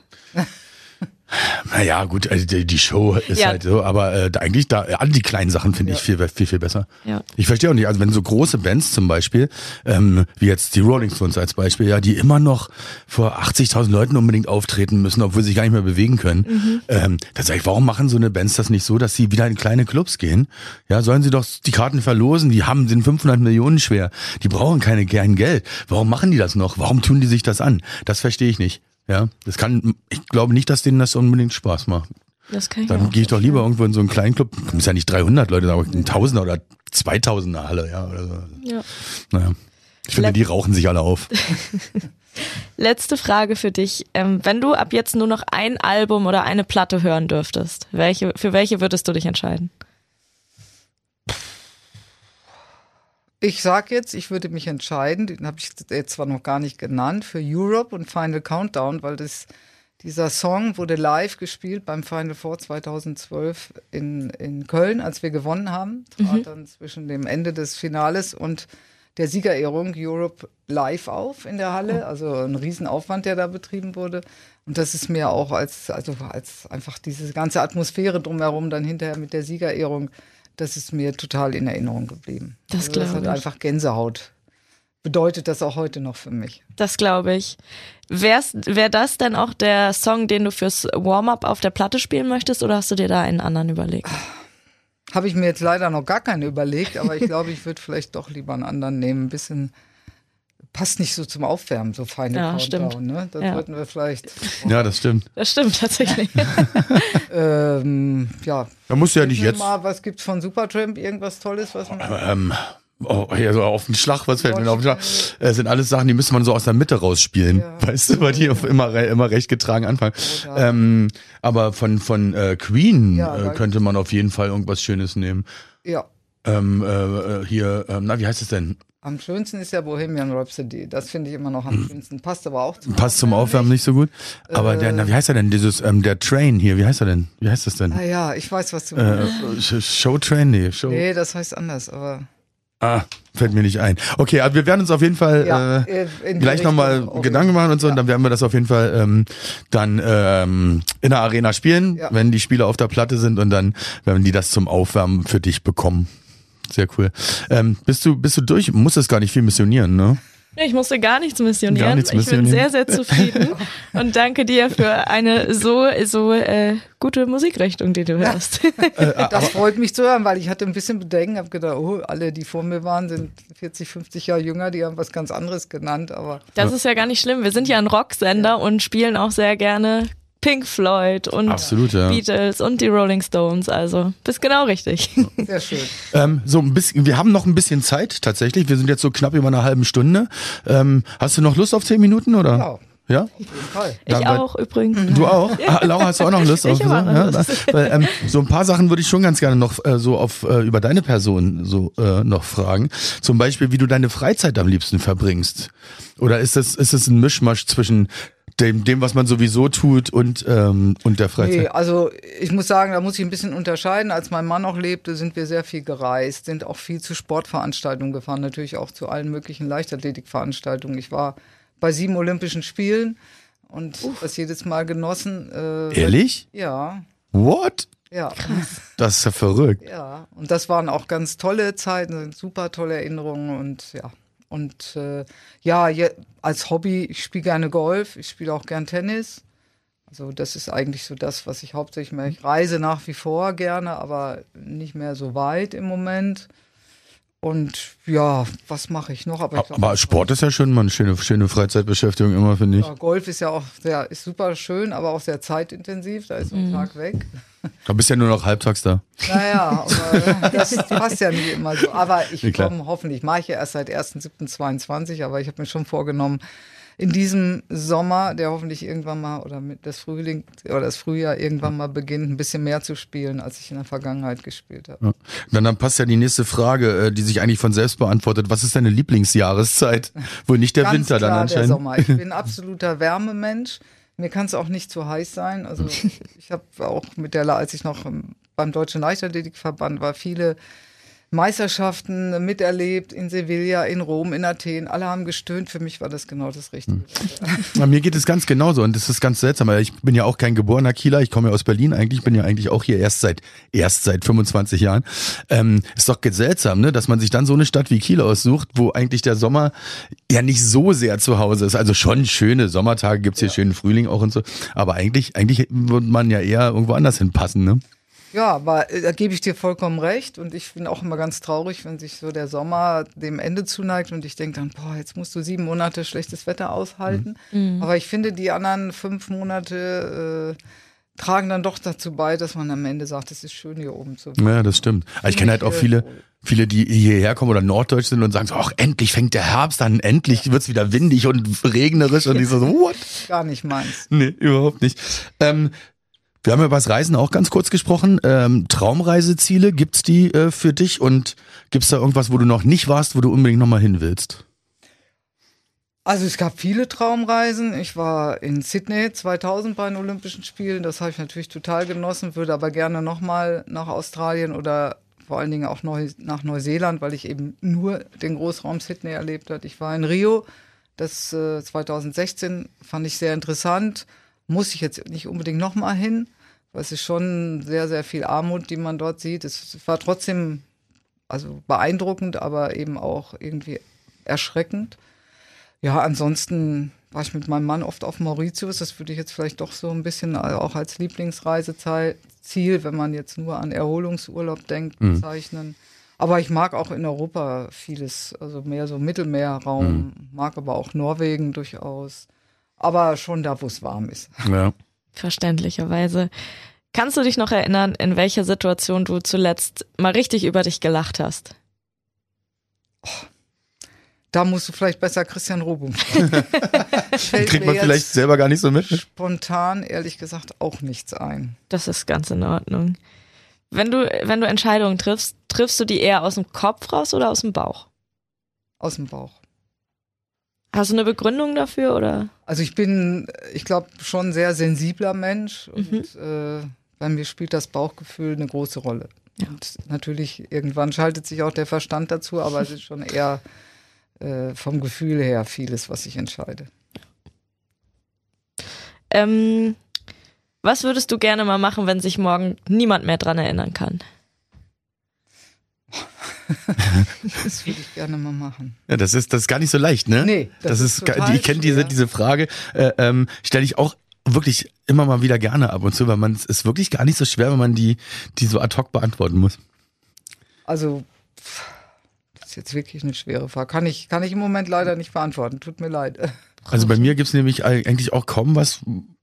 Naja, gut, also die Show ist halt so, aber eigentlich alle die kleinen Sachen finde ich viel besser. Ja. Ich verstehe auch nicht, also wenn so große Bands zum Beispiel, wie jetzt die Rolling Stones als Beispiel, die immer noch vor 80.000 Leuten unbedingt auftreten müssen, obwohl sie sich gar nicht mehr bewegen können, dann sage ich, warum machen so eine Bands das nicht so, dass sie wieder in kleine Clubs gehen? Ja, sollen sie doch die Karten verlosen, sind 500 Millionen schwer, die brauchen kein Geld. Warum machen die das noch? Warum tun die sich das an? Das verstehe ich nicht. Ja, ich glaube nicht, dass denen das unbedingt Spaß macht. Das kann ich Dann auch gehe ich doch lieber irgendwo in so einen kleinen Club. Es ist ja nicht 300 Leute, aber 1000er oder 2000er Halle, ja, oder so. Ja. Naja. Ich finde, die rauchen sich alle auf. Letzte Frage für dich. Wenn du ab jetzt nur noch ein Album oder eine Platte hören dürftest, für welche würdest du dich entscheiden? Ich sag jetzt, ich würde mich entscheiden, den habe ich jetzt zwar noch gar nicht genannt, für Europe und Final Countdown, weil dieser Song wurde live gespielt beim Final Four 2012 in Köln, als wir gewonnen haben. Trat dann zwischen dem Ende des Finales und der Siegerehrung Europe live auf in der Halle. Also ein Riesenaufwand, der da betrieben wurde. Und das ist mir auch als einfach diese ganze Atmosphäre drumherum dann hinterher mit der Siegerehrung, das ist mir total in Erinnerung geblieben. Das hat einfach Gänsehaut. Bedeutet das auch heute noch für mich. Das glaube ich. Wär das denn auch der Song, den du fürs Warm-up auf der Platte spielen möchtest, oder hast du dir da einen anderen überlegt? Habe ich mir jetzt leider noch gar keinen überlegt, aber ich glaube, ich würde vielleicht doch lieber einen anderen nehmen. Ein bisschen, passt nicht so zum Aufwärmen, so Final Countdown. Stimmt. Ne? Das sollten wir vielleicht... Ja, das stimmt. Das stimmt tatsächlich. Ja. Da musst du ja nicht jetzt... Was gibt's von Supertramp? Irgendwas Tolles, was man... so auf den Schlag, was fällt mir auf den Schlag? Sind alles Sachen, die müsste man so aus der Mitte rausspielen. Ja. Weißt du, weil die immer recht getragen anfangen. Aber von Queen könnte man auf jeden Fall irgendwas Schönes nehmen. Ja. Wie heißt es denn? Am schönsten ist ja Bohemian Rhapsody. Das finde ich immer noch am schönsten. Passt aber auch zum Aufwärmen nicht so gut. Aber wie heißt er denn? Der Train hier, wie heißt er denn? Wie heißt das denn? Ja, ich weiß, was du meinst. Showtrain? Nee, das heißt anders, aber... Fällt mir nicht ein. Okay, aber wir werden uns auf jeden Fall gleich nochmal Gedanken machen und so, und dann werden wir das auf jeden Fall dann in der Arena spielen, wenn die Spiele auf der Platte sind, und dann werden die das zum Aufwärmen für dich bekommen. Sehr cool. Bist du durch? Musstest gar nicht viel missionieren, ne? Ich musste gar nichts missionieren. Ich bin sehr, sehr zufrieden und danke dir für eine so gute Musikrichtung, die du hörst. Das freut mich zu hören, weil ich hatte ein bisschen Bedenken, habe gedacht, alle, die vor mir waren, sind 40, 50 Jahre jünger, die haben was ganz anderes genannt. Aber das ist ja gar nicht schlimm. Wir sind ja ein Rocksender und spielen auch sehr gerne Pink Floyd und Beatles und die Rolling Stones, also bist genau richtig. Sehr schön. Wir haben noch ein bisschen Zeit tatsächlich, wir sind jetzt so knapp über einer halben Stunde. Hast du noch Lust auf 10 Minuten oder? Ja. Ja? Auf jeden Fall. Ich auch übrigens. Du auch? Laura, hast du auch noch Lust auf so? Weil, so ein paar Sachen würde ich schon ganz gerne noch über deine Person noch fragen. Zum Beispiel, wie du deine Freizeit am liebsten verbringst. Oder ist es ein Mischmasch zwischen dem, was man sowieso tut und der Freizeit? Nee, also ich muss sagen, da muss ich ein bisschen unterscheiden. Als mein Mann noch lebte, sind wir sehr viel gereist, sind auch viel zu Sportveranstaltungen gefahren, natürlich auch zu allen möglichen Leichtathletikveranstaltungen. Ich war bei 7 Olympischen Spielen und das jedes Mal genossen. Ehrlich? Ja. What? Ja. Das ist ja verrückt. Ja, und das waren auch ganz tolle Zeiten, super tolle Erinnerungen und ja. Und als Hobby, ich spiele gerne Golf, ich spiele auch gern Tennis. Also das ist eigentlich so das, was ich hauptsächlich mache. Ich reise nach wie vor gerne, aber nicht mehr so weit im Moment. Und ja, was mache ich noch? Aber Sport ist ja schon mal eine schöne Freizeitbeschäftigung immer, finde ich. Ja, Golf ist ja auch ist super schön, aber auch sehr zeitintensiv. Da ist ein Tag weg. Da bist ja nur noch halbtags da. Naja, aber das passt ja nicht immer so. Aber ich komme hoffentlich, mache ich ja erst seit 1.7.22, aber ich habe mir schon vorgenommen, in diesem Sommer, der hoffentlich irgendwann mal oder das Frühjahr irgendwann mal beginnt, ein bisschen mehr zu spielen, als ich in der Vergangenheit gespielt habe. Ja. Dann passt ja die nächste Frage, die sich eigentlich von selbst beantwortet. Was ist deine Lieblingsjahreszeit? Wohl nicht der Winter dann anscheinend. Der Sommer. Ich bin ein absoluter Wärmemensch. Mir kann es auch nicht zu heiß sein. Also ich habe auch als ich noch beim Deutschen Leichtathletikverband war, viele Meisterschaften miterlebt in Sevilla, in Rom, in Athen. Alle haben gestöhnt. Für mich war das genau das Richtige. Ja, mir geht es ganz genauso und das ist ganz seltsam. Ich bin ja auch kein geborener Kieler. Ich komme ja aus Berlin eigentlich. Ich bin ja eigentlich auch hier erst seit 25 Jahren. Ist doch seltsam, ne, dass man sich dann so eine Stadt wie Kiel aussucht, wo eigentlich der Sommer ja nicht so sehr zu Hause ist. Also schon schöne Sommertage gibt's hier, schönen Frühling auch und so. Aber eigentlich würde man ja eher irgendwo anders hinpassen, ne? Ja, aber da gebe ich dir vollkommen recht und ich bin auch immer ganz traurig, wenn sich so der Sommer dem Ende zuneigt und ich denke dann, boah, jetzt musst du 7 Monate schlechtes Wetter aushalten. Aber ich finde, die anderen 5 Monate tragen dann doch dazu bei, dass man am Ende sagt, es ist schön hier oben zu wohnen. Ja, das stimmt. Also ich kenne halt auch viele, die hierher kommen oder norddeutsch sind und sagen so, ach, endlich fängt der Herbst an, endlich wird's wieder windig und regnerisch und ich so, what? Gar nicht meins. Nee, überhaupt nicht. Wir haben ja über das Reisen auch ganz kurz gesprochen. Traumreiseziele, gibt's die für dich und gibt's da irgendwas, wo du noch nicht warst, wo du unbedingt nochmal hin willst? Also es gab viele Traumreisen. Ich war in Sydney 2000 bei den Olympischen Spielen. Das habe ich natürlich total genossen, würde aber gerne nochmal nach Australien oder vor allen Dingen auch nach Neuseeland, weil ich eben nur den Großraum Sydney erlebt habe. Ich war in Rio, das 2016 fand ich sehr interessant. Muss ich jetzt nicht unbedingt nochmal hin, weil es ist schon sehr, sehr viel Armut, die man dort sieht. Es war trotzdem also beeindruckend, aber eben auch irgendwie erschreckend. Ja, ansonsten war ich mit meinem Mann oft auf Mauritius. Das würde ich jetzt vielleicht doch so ein bisschen auch als Lieblingsreiseziel, wenn man jetzt nur an Erholungsurlaub denkt, bezeichnen. Aber ich mag auch in Europa vieles, also mehr so Mittelmeerraum, mag aber auch Norwegen durchaus. Aber schon da, wo es warm ist. Ja. Verständlicherweise. Kannst du dich noch erinnern, in welcher Situation du zuletzt mal richtig über dich gelacht hast? Da musst du vielleicht besser Christian Robum fragen. Kriegt man vielleicht selber gar nicht so mit? Spontan, ehrlich gesagt, auch nichts ein. Das ist ganz in Ordnung. Wenn du Entscheidungen triffst du die eher aus dem Kopf raus oder aus dem Bauch? Aus dem Bauch. Hast du eine Begründung dafür, oder? Also ich glaube, schon ein sehr sensibler Mensch und bei mir spielt das Bauchgefühl eine große Rolle. Ja. Und natürlich, irgendwann schaltet sich auch der Verstand dazu, aber es ist schon eher vom Gefühl her vieles, was ich entscheide. Was würdest du gerne mal machen, wenn sich morgen niemand mehr dran erinnern kann? Das würde ich gerne mal machen. Ja, das ist gar nicht so leicht, ne? Nee, das ist total ich kenne schwer. diese Frage, stelle ich auch wirklich immer mal wieder gerne ab und zu, weil es ist wirklich gar nicht so schwer, wenn man die so ad hoc beantworten muss. Also, das ist jetzt wirklich eine schwere Frage. Kann ich im Moment leider nicht beantworten. Tut mir leid. Also bei mir gibt's nämlich eigentlich auch kaum was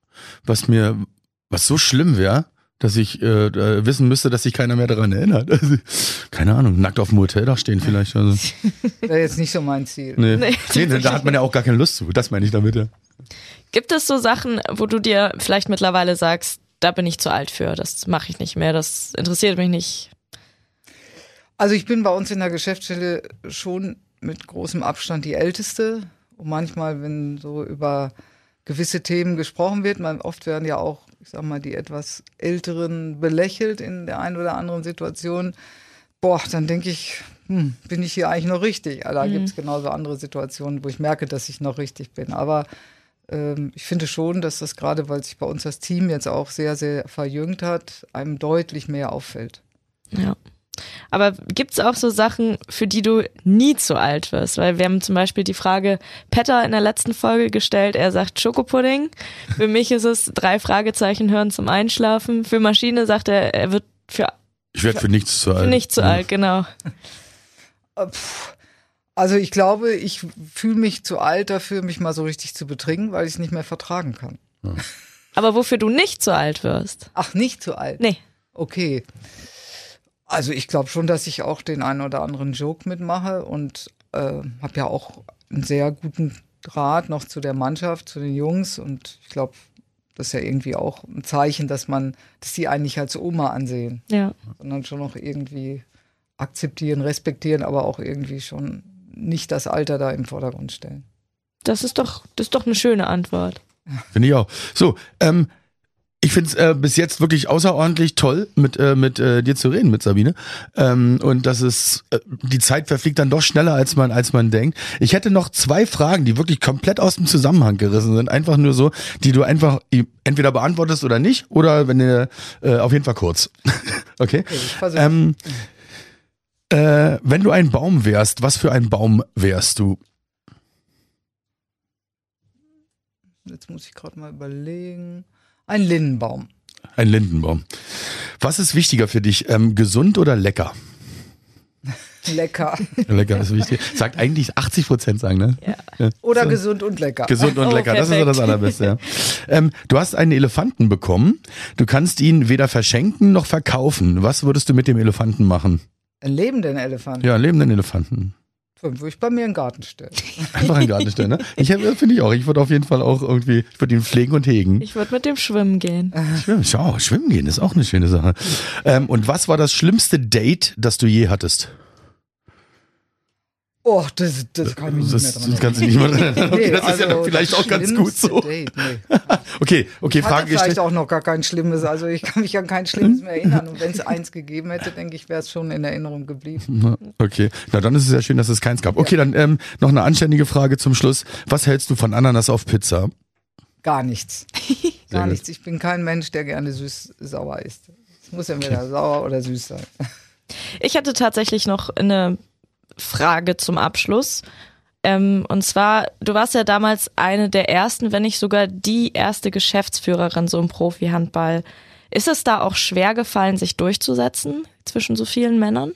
so schlimm wäre, dass ich wissen müsste, dass sich keiner mehr daran erinnert. Also, keine Ahnung, nackt auf dem Hoteldach stehen vielleicht. Also. Wäre jetzt nicht so mein Ziel. Nee, da hat man ja auch gar keine Lust zu. Das meine ich damit, ja. Gibt es so Sachen, wo du dir vielleicht mittlerweile sagst, da bin ich zu alt für, das mache ich nicht mehr, das interessiert mich nicht? Also ich bin bei uns in der Geschäftsstelle schon mit großem Abstand die Älteste. Und manchmal, wenn so über gewisse Themen gesprochen wird, oft werden ja auch, ich sag mal, die etwas Älteren belächelt in der einen oder anderen Situation. Dann denke ich, bin ich hier eigentlich noch richtig? Da gibt es genauso andere Situationen, wo ich merke, dass ich noch richtig bin. Aber ich finde schon, dass das gerade, weil sich bei uns das Team jetzt auch sehr, sehr verjüngt hat, einem deutlich mehr auffällt. Ja. Aber gibt's auch so Sachen, für die du nie zu alt wirst? Weil wir haben zum Beispiel die Frage Petter in der letzten Folge gestellt. Er sagt Schokopudding. Für mich ist es 3 Fragezeichen hören zum Einschlafen. Für Maschine sagt er wird ich werde für nichts zu alt. Für nichts zu alt, genau. Also ich glaube, ich fühle mich zu alt dafür, mich mal so richtig zu betrinken, weil ich es nicht mehr vertragen kann. Ja. Aber wofür du nicht zu alt wirst? Ach, nicht zu alt? Nee. Okay. Also ich glaube schon, dass ich auch den einen oder anderen Joke mitmache und habe ja auch einen sehr guten Draht noch zu der Mannschaft, zu den Jungs und ich glaube, das ist ja irgendwie auch ein Zeichen, dass die einen nicht als Oma ansehen, sondern schon noch irgendwie akzeptieren, respektieren, aber auch irgendwie schon nicht das Alter da im Vordergrund stellen. Das ist doch eine schöne Antwort. Finde ich auch. So, ich finde es bis jetzt wirklich außerordentlich toll, mit dir zu reden, mit Sabine. Und das ist, die Zeit verfliegt dann doch schneller, als man denkt. Ich hätte noch 2 Fragen, die wirklich komplett aus dem Zusammenhang gerissen sind. Einfach nur so, die du einfach entweder beantwortest oder nicht, oder wenn du auf jeden Fall kurz. Okay? Wenn du ein Baum wärst, was für ein Baum wärst du? Jetzt muss ich gerade mal überlegen. Ein Lindenbaum. Ein Lindenbaum. Was ist wichtiger für dich, gesund oder lecker? Lecker. Lecker ist wichtig. Sagt eigentlich 80% sagen, ne? Ja. Oder gesund und lecker. Gesund und lecker, das ist so perfekt. das Allerbeste. Ja. Du hast einen Elefanten bekommen. Du kannst ihn weder verschenken noch verkaufen. Was würdest du mit dem Elefanten machen? Einen lebenden Elefant. Ja, einen lebenden Elefanten. Den würde ich bei mir in den Garten stellen. Einfach in den Garten stellen, ne? Finde ich auch. Ich würde auf jeden Fall auch irgendwie, ich würde ihn pflegen und hegen. Ich würde mit dem schwimmen gehen. Schwimmen gehen ist auch eine schöne Sache. Und was war das schlimmste Date, das du je hattest? Oh, das kann ich nicht mehr dran Das kannst du nicht mehr dran. Okay, Nee, das ist ja dann vielleicht auch ganz gut so. Date, nee. Okay, Ich hatte Frage vielleicht gestellt. auch noch gar kein Schlimmes, also ich kann mich an kein Schlimmes mehr erinnern. Und wenn es eins gegeben hätte, denke ich, wäre es schon in Erinnerung geblieben. Okay, na dann ist es ja schön, dass es keins gab. Okay, dann noch eine anständige Frage zum Schluss. Was hältst du von Ananas auf Pizza? Gar nichts. Gar gut. nichts. Ich bin kein Mensch, der gerne süß-sauer isst. Es muss ja entweder sauer oder süß sein. Ich hatte tatsächlich noch eine Frage zum Abschluss. Und zwar, du warst ja damals eine der ersten, wenn nicht sogar die erste Geschäftsführerin so im Profi-Handball. Ist es da auch schwer gefallen, sich durchzusetzen zwischen so vielen Männern?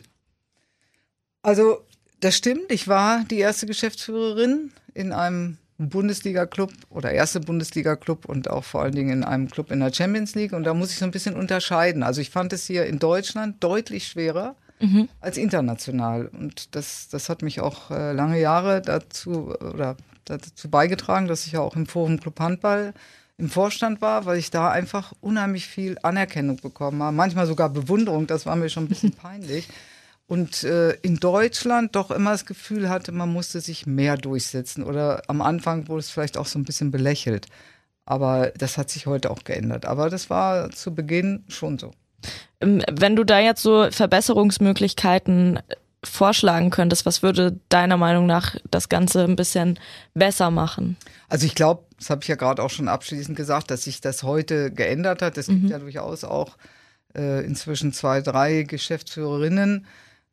Also, das stimmt. Ich war die erste Geschäftsführerin in einem Bundesliga-Club oder erste Bundesliga-Club und auch vor allen Dingen in einem Club in der Champions League. Und da muss ich so ein bisschen unterscheiden. Also ich fand es hier in Deutschland deutlich schwerer als international. Und das hat mich auch lange Jahre dazu beigetragen, dass ich ja auch im Forum Club Handball im Vorstand war, weil ich da einfach unheimlich viel Anerkennung bekommen habe. Manchmal sogar Bewunderung, das war mir schon ein bisschen peinlich. Und in Deutschland doch immer das Gefühl hatte, man musste sich mehr durchsetzen. Oder am Anfang wurde es vielleicht auch so ein bisschen belächelt. Aber das hat sich heute auch geändert. Aber das war zu Beginn schon so. Wenn du da jetzt so Verbesserungsmöglichkeiten vorschlagen könntest, was würde deiner Meinung nach das Ganze ein bisschen besser machen? Also ich glaube, das habe ich ja gerade auch schon abschließend gesagt, dass sich das heute geändert hat. Es gibt ja durchaus auch inzwischen 2, 3 Geschäftsführerinnen.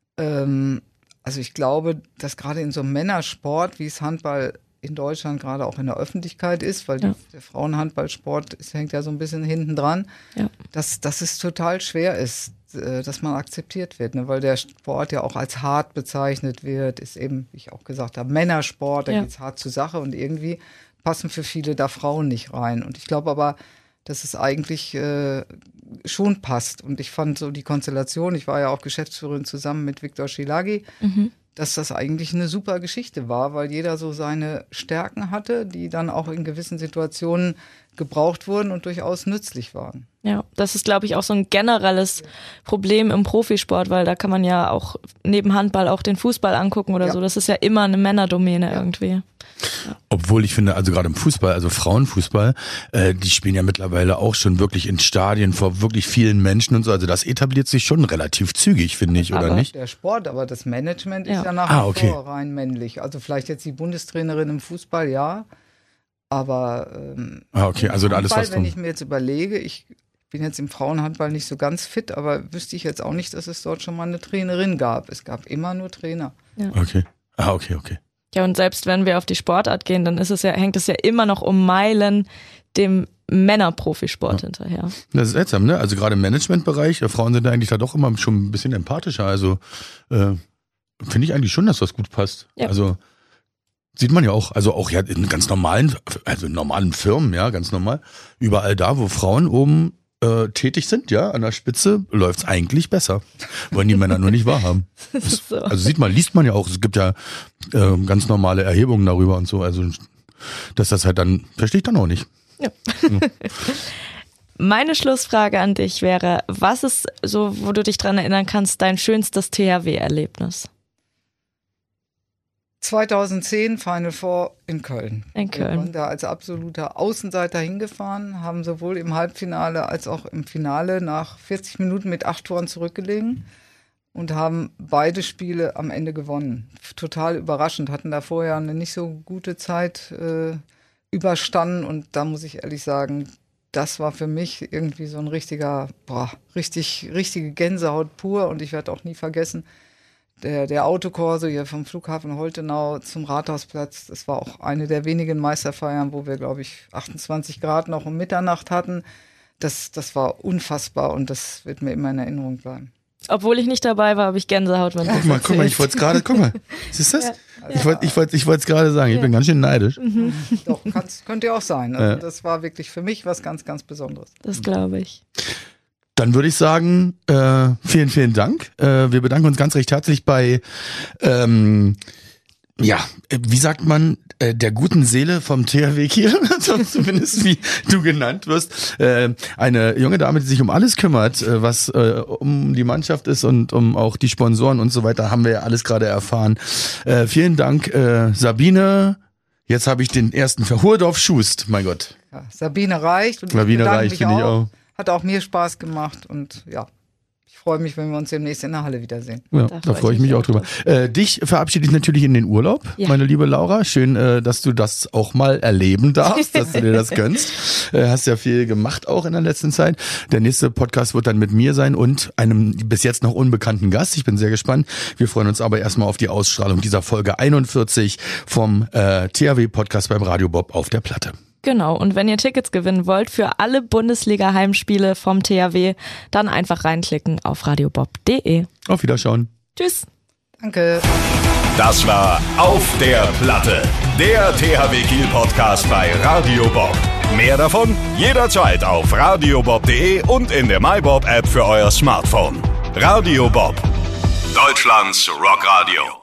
Also ich glaube, dass gerade in so einem Männersport, wie es Handball in Deutschland gerade auch in der Öffentlichkeit ist, weil der Frauenhandballsport hängt ja so ein bisschen hinten dran, dass es total schwer ist, dass man akzeptiert wird, ne? Weil der Sport ja auch als hart bezeichnet wird, ist eben, wie ich auch gesagt habe, Männersport, da geht's hart zur Sache und irgendwie passen für viele da Frauen nicht rein. Und ich glaube aber, dass es eigentlich schon passt. Und ich fand so die Konstellation, ich war ja auch Geschäftsführerin zusammen mit Viktor Schilagi, dass das eigentlich eine super Geschichte war, weil jeder so seine Stärken hatte, die dann auch in gewissen Situationen gebraucht wurden und durchaus nützlich waren. Ja, das ist, glaube ich, auch so ein generelles Problem im Profisport, weil da kann man ja auch neben Handball auch den Fußball angucken oder so. Das ist ja immer eine Männerdomäne irgendwie. Obwohl ich finde, also gerade im Fußball, also Frauenfußball, die spielen ja mittlerweile auch schon wirklich in Stadien vor wirklich vielen Menschen und so. Also das etabliert sich schon relativ zügig, finde ich, oder Aber nicht? Der Sport, aber das Management ist ja nach wie vor rein männlich. Also vielleicht jetzt die Bundestrainerin im Fußball, ja. Aber okay, also im alles, Handball, was du... wenn ich mir jetzt überlege, ich bin jetzt im Frauenhandball nicht so ganz fit, aber wüsste ich jetzt auch nicht, dass es dort schon mal eine Trainerin gab. Es gab immer nur Trainer. Okay. Okay. Ja, und selbst wenn wir auf die Sportart gehen, dann hängt es ja immer noch um Meilen dem Männerprofisport hinterher. Das ist seltsam, ne? Also gerade im Managementbereich, Frauen sind da eigentlich da doch immer schon ein bisschen empathischer. Also finde ich eigentlich schon, dass das gut passt. Ja. Also sieht man ja auch, also auch ja in ganz normalen, also in normalen Firmen, ja, ganz normal. Überall da, wo Frauen oben tätig sind, ja, an der Spitze läuft's eigentlich besser. Wollen die Männer nur nicht wahrhaben. So. Also liest man ja auch, es gibt ja ganz normale Erhebungen darüber und so, also dass das halt dann, verstehe ich dann auch nicht. Ja. Meine Schlussfrage an dich wäre, was ist so, wo du dich dran erinnern kannst, dein schönstes THW-Erlebnis? 2010 Final Four in Köln. In Köln. Wir waren da als absoluter Außenseiter hingefahren, haben sowohl im Halbfinale als auch im Finale nach 40 Minuten mit 8 Toren zurückgelegen und haben beide Spiele am Ende gewonnen. Total überraschend, hatten da vorher eine nicht so gute Zeit überstanden und da muss ich ehrlich sagen, das war für mich irgendwie so ein richtige Gänsehaut pur und ich werde auch nie vergessen, der Autokorso hier vom Flughafen Holtenau zum Rathausplatz, das war auch eine der wenigen Meisterfeiern, wo wir, glaube ich, 28 Grad noch um Mitternacht hatten. das war unfassbar und das wird mir immer in Erinnerung bleiben. Obwohl ich nicht dabei war, habe ich Gänsehaut. Wenn Guck mal, ich wollte es gerade, siehst du das? Ja. Ich wollte es gerade sagen, ich bin ganz schön neidisch. Doch, könnte ja auch sein. Also das war wirklich für mich was ganz, ganz Besonderes. Das glaube ich. Dann würde ich sagen, vielen, vielen Dank. Wir bedanken uns ganz recht herzlich bei, wie sagt man, der guten Seele vom THW Kiel, zumindest wie du genannt wirst. Eine junge Dame, die sich um alles kümmert, was um die Mannschaft ist und um auch die Sponsoren und so weiter, haben wir ja alles gerade erfahren. Vielen Dank, Sabine. Jetzt habe ich den ersten Hurdorf-Schust, mein Gott. Ja, Sabine reicht. Und Sabine reicht, finde ich auch. Hat auch mir Spaß gemacht und ja, ich freue mich, wenn wir uns demnächst in der Halle wiedersehen. Ja, da freue ich mich auch drüber. Dich verabschiede ich natürlich in den Urlaub, meine liebe Laura. Schön, dass du das auch mal erleben darfst, dass du dir das gönnst. Hast ja viel gemacht auch in der letzten Zeit. Der nächste Podcast wird dann mit mir sein und einem bis jetzt noch unbekannten Gast. Ich bin sehr gespannt. Wir freuen uns aber erstmal auf die Ausstrahlung dieser Folge 41 vom THW-Podcast beim Radio Bob auf der Platte. Genau, und wenn ihr Tickets gewinnen wollt für alle Bundesliga-Heimspiele vom THW, dann einfach reinklicken auf radiobob.de. Auf Wiederschauen. Tschüss. Danke. Das war Auf der Platte, der THW Kiel Podcast bei Radio Bob. Mehr davon jederzeit auf radiobob.de und in der MyBob App für euer Smartphone. Radio Bob, Deutschlands Rockradio.